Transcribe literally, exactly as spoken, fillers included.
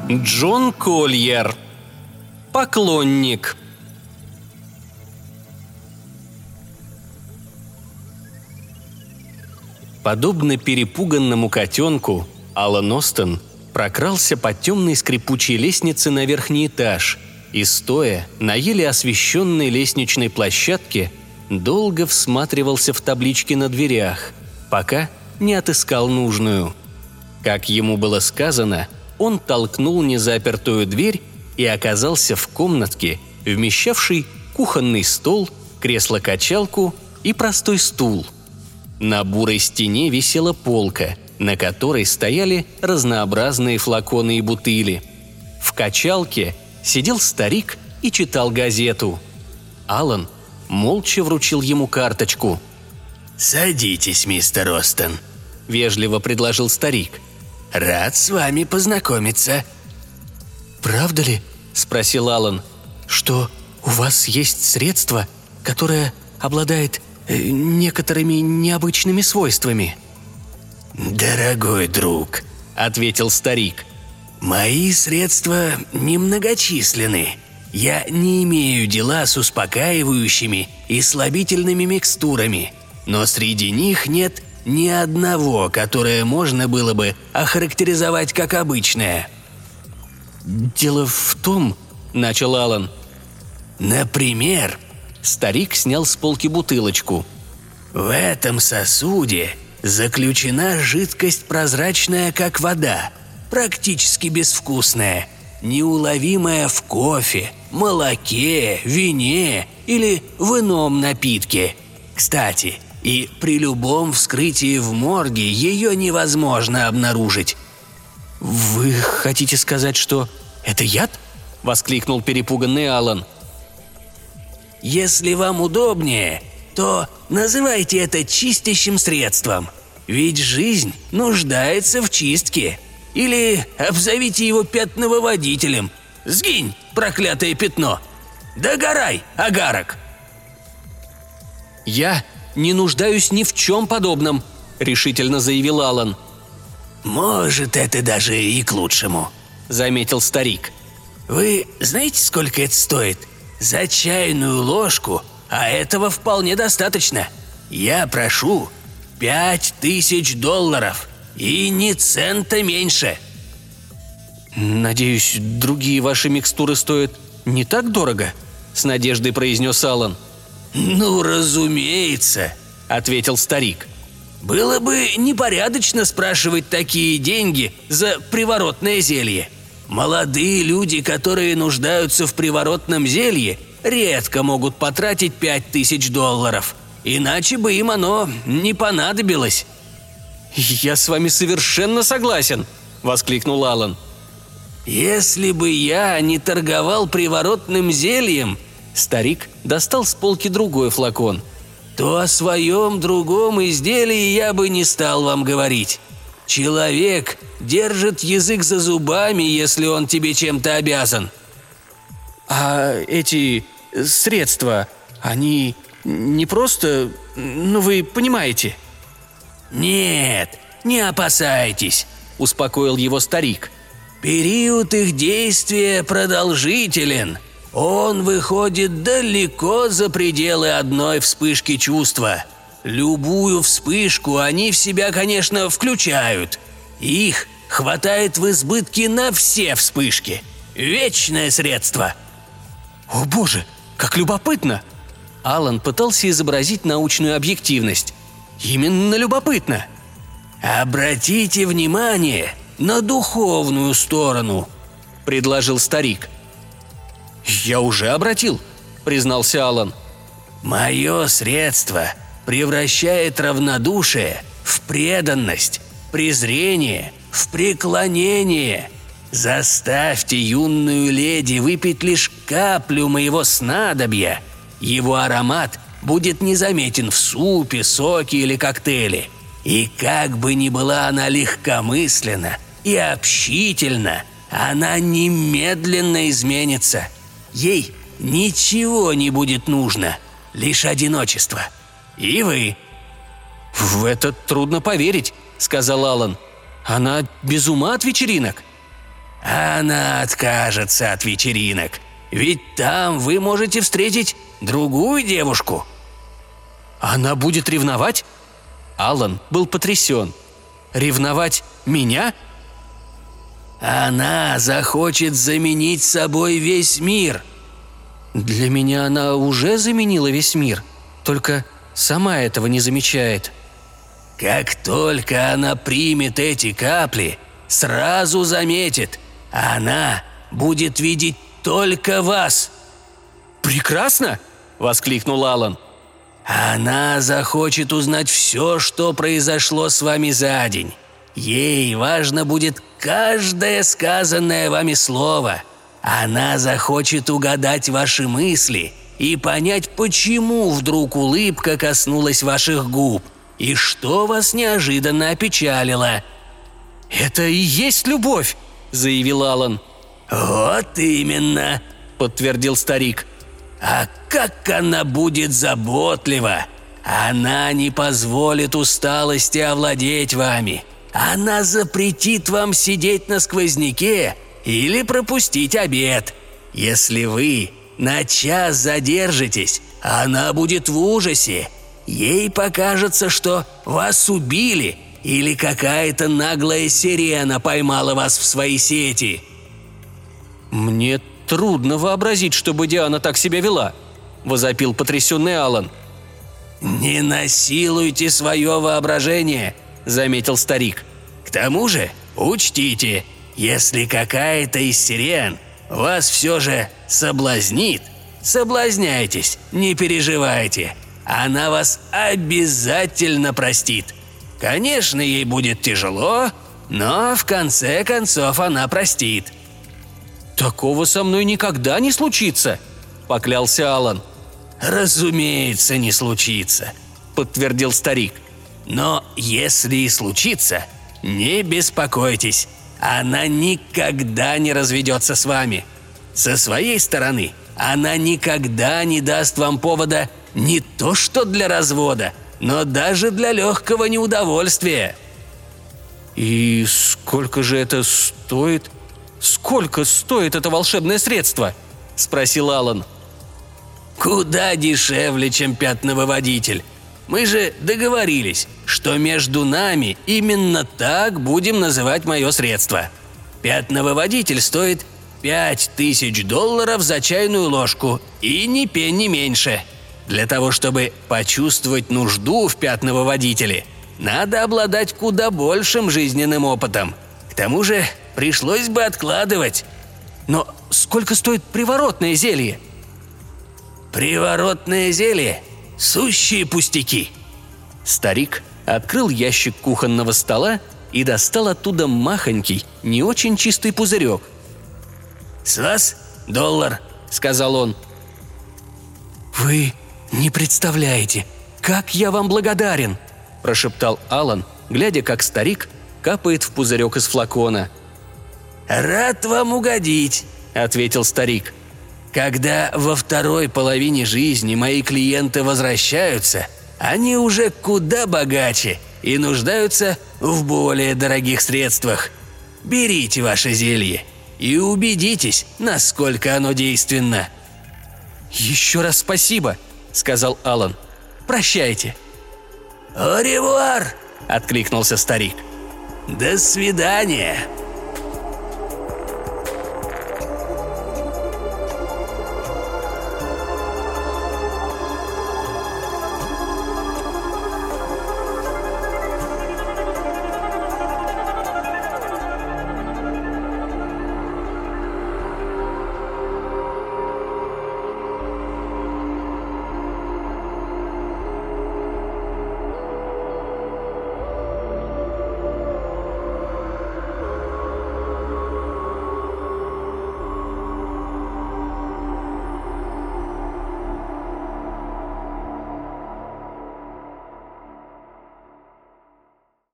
Джон Кольер. Поклонник. Подобно перепуганному котенку, Алан Остин прокрался по темной скрипучей лестнице на верхний этаж и, стоя на еле освещенной лестничной площадке, долго всматривался в таблички на дверях, пока не отыскал нужную. Как ему было сказано, он толкнул незапертую дверь и оказался в комнатке, вмещавшей кухонный стол, кресло-качалку и простой стул. На бурой стене висела полка, на которой стояли разнообразные флаконы и бутыли. В качалке сидел старик и читал газету. Алан молча вручил ему карточку. «Садитесь, мистер Остин», – вежливо предложил старик. «Рад с вами познакомиться». «Правда ли, – спросил Алан, – что у вас есть средство, которое обладает э, некоторыми необычными свойствами?» «Дорогой друг», – ответил старик, – «мои средства немногочисленны. Я не имею дела с успокаивающими и слабительными микстурами, но среди них нет ни одного, которое можно было бы охарактеризовать как обычное». «Дело в том, – начал Алан. «Например», – старик снял с полки бутылочку, – «в этом сосуде заключена жидкость прозрачная, как вода, практически безвкусная, неуловимая в кофе, молоке, вине или в ином напитке. Кстати, и при любом вскрытии в морге ее невозможно обнаружить». «Вы хотите сказать, что это яд?» – воскликнул перепуганный Алан. «Если вам удобнее, то называйте это чистящим средством, ведь жизнь нуждается в чистке. Или обзовите его пятновыводителем. Сгинь, проклятое пятно! Догорай, агарок!» «Я не нуждаюсь ни в чем подобном», – решительно заявил Алан. «Может, это даже и к лучшему», – заметил старик. «Вы знаете, сколько это стоит? За чайную ложку, а этого вполне достаточно. Я прошу пять тысяч долларов, и ни цента меньше». «Надеюсь, другие ваши микстуры стоят не так дорого?» – с надеждой произнес Алан. «Ну, разумеется», – ответил старик. «Было бы непорядочно спрашивать такие деньги за приворотное зелье. Молодые люди, которые нуждаются в приворотном зелье, редко могут потратить пять тысяч долларов, иначе бы им оно не понадобилось». «Я с вами совершенно согласен», – воскликнул Алан. «Если бы я не торговал приворотным зельем», – старик достал с полки другой флакон, – то о своем другом изделии я бы не стал вам говорить. Человек держит язык за зубами, если он тебе чем-то обязан». «А эти средства, они не просто, ну вы понимаете?» «Нет, не опасайтесь», – успокоил его старик. «Период их действия продолжителен. Он выходит далеко за пределы одной вспышки чувства. Любую вспышку они в себя, конечно, включают. Их хватает в избытке на все вспышки. Вечное средство». «О боже, как любопытно!» Алан пытался изобразить научную объективность. «Именно любопытно!» «Обратите внимание на духовную сторону», – предложил старик. «Я уже обратил», – признался Алан. «Мое средство превращает равнодушие в преданность, презрение в преклонение. Заставьте юную леди выпить лишь каплю моего снадобья. Его аромат будет незаметен в супе, соке или коктейле. И как бы ни была она легкомысленна и общительна, она немедленно изменится. Ей ничего не будет нужно, лишь одиночество. И вы». «В это трудно поверить», — сказал Алан. «Она без ума от вечеринок». она откажется от вечеринок. Ведь там вы можете встретить другую девушку». «Она будет ревновать?» Алан был потрясен. «Ревновать меня?» «Она захочет заменить собой весь мир». «Для меня она уже заменила весь мир, только сама этого не замечает». «Как только она примет эти капли, сразу заметит, она будет видеть только вас». «Прекрасно!» – воскликнул Алан. «Она захочет узнать все, что произошло с вами за день. Ей важно будет каждое сказанное вами слово. Она захочет угадать ваши мысли и понять, почему вдруг улыбка коснулась ваших губ и что вас неожиданно опечалило». «Это и есть любовь!» – заявил Алан. «Вот именно!» – подтвердил старик. «А как она будет заботлива! Она не позволит усталости овладеть вами. Она запретит вам сидеть на сквозняке или пропустить обед. Если вы на час задержитесь, она будет в ужасе. Ей покажется, что вас убили или какая-то наглая сирена поймала вас в свои сети». «Мне трудно вообразить, чтобы Диана так себя вела», – возопил потрясенный Алан. «Не насилуйте свое воображение», – заметил старик. «К тому же учтите, если какая-то из сирен вас все же соблазнит, соблазняйтесь, не переживайте, она вас обязательно простит. Конечно, ей будет тяжело, но в конце концов она простит». «Такого со мной никогда не случится», – поклялся Алан. «Разумеется, не случится», – подтвердил старик. «Но если и случится, не беспокойтесь, она никогда не разведется с вами. Со своей стороны, она никогда не даст вам повода не то что для развода, но даже для легкого неудовольствия». «И сколько же это стоит? Сколько стоит это волшебное средство?» – спросил Алан. «Куда дешевле, чем пятновыводитель. Мы же договорились, что между нами именно так будем называть мое средство. Пятновыводитель стоит пять тысяч долларов за чайную ложку и ни пенни меньше. Для того, чтобы почувствовать нужду в пятновыводителе, надо обладать куда большим жизненным опытом. К тому же пришлось бы откладывать». «Но сколько стоит приворотное зелье?» «Приворотное зелье – сущие пустяки». Старик открыл ящик кухонного стола и достал оттуда махонький, не очень чистый пузырек. «С вас доллар», – сказал он. «Вы не представляете, как я вам благодарен», – прошептал Алан, глядя, как старик капает в пузырек из флакона. «Рад вам угодить», – ответил старик. «Когда во второй половине жизни мои клиенты возвращаются, они уже куда богаче и нуждаются в более дорогих средствах. Берите ваше зелье и убедитесь, насколько оно действенно». «Еще раз спасибо», – сказал Алан. «Прощайте». «Au revoir», – откликнулся старик. «До свидания».